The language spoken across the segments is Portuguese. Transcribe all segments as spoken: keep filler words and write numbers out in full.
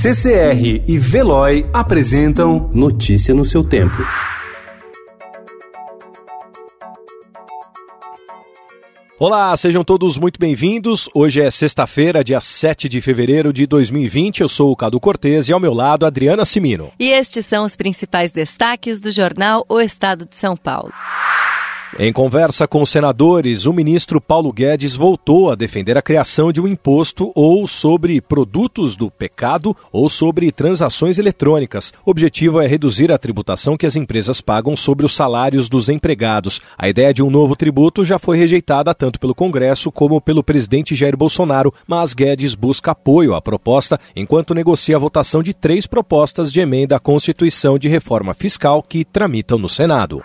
C C R e Veloy apresentam Notícia no seu tempo. Olá, sejam todos muito bem-vindos. Hoje é sexta-feira, dia sete de fevereiro de dois mil e vinte. Eu sou o Cadu Cortez e ao meu lado, Adriana Cimino. E estes são os principais destaques do jornal O Estado de São Paulo. Em conversa com os senadores, o ministro Paulo Guedes voltou a defender a criação de um imposto ou sobre produtos do pecado ou sobre transações eletrônicas. O objetivo é reduzir a tributação que as empresas pagam sobre os salários dos empregados. A ideia de um novo tributo já foi rejeitada tanto pelo Congresso como pelo presidente Jair Bolsonaro, mas Guedes busca apoio à proposta enquanto negocia a votação de três propostas de emenda à Constituição de reforma fiscal que tramitam no Senado.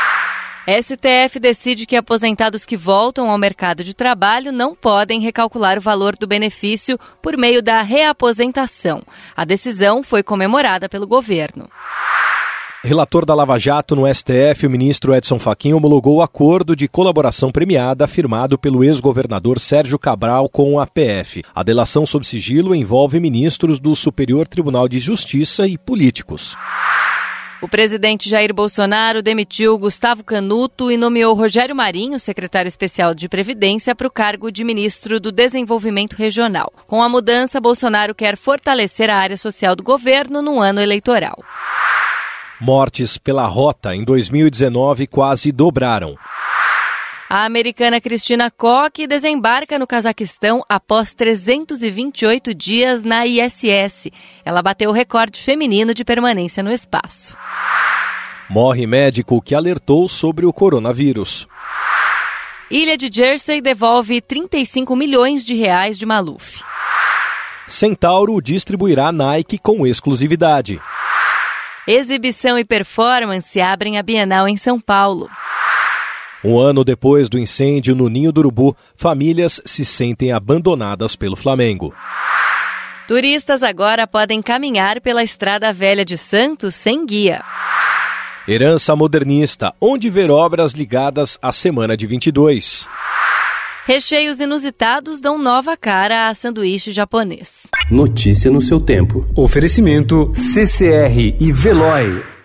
S T F decide que aposentados que voltam ao mercado de trabalho não podem recalcular o valor do benefício por meio da reaposentação. A decisão foi comemorada pelo governo. Relator da Lava Jato no S T F, o ministro Edson Fachin homologou o acordo de colaboração premiada firmado pelo ex-governador Sérgio Cabral com a P F. A delação sob sigilo envolve ministros do Superior Tribunal de Justiça e políticos. O presidente Jair Bolsonaro demitiu Gustavo Canuto e nomeou Rogério Marinho, secretário especial de Previdência, para o cargo de ministro do Desenvolvimento Regional. Com a mudança, Bolsonaro quer fortalecer a área social do governo no ano eleitoral. Mortes pela rota em dois mil e dezenove quase dobraram. A americana Cristina Koch desembarca no Cazaquistão após trezentos e vinte e oito dias na I S S. Ela bateu o recorde feminino de permanência no espaço. Morre médico que alertou sobre o coronavírus. Ilha de Jersey devolve trinta e cinco milhões de reais de Maluf. Centauro distribuirá Nike com exclusividade. Exibição e performance abrem a Bienal em São Paulo. Um ano depois do incêndio no Ninho do Urubu, famílias se sentem abandonadas pelo Flamengo. Turistas agora podem caminhar pela Estrada Velha de Santos sem guia. Herança modernista, onde ver obras ligadas à Semana de vinte e dois. Recheios inusitados dão nova cara a sanduíche japonês. Notícia no seu tempo. Oferecimento C C R e Veloy.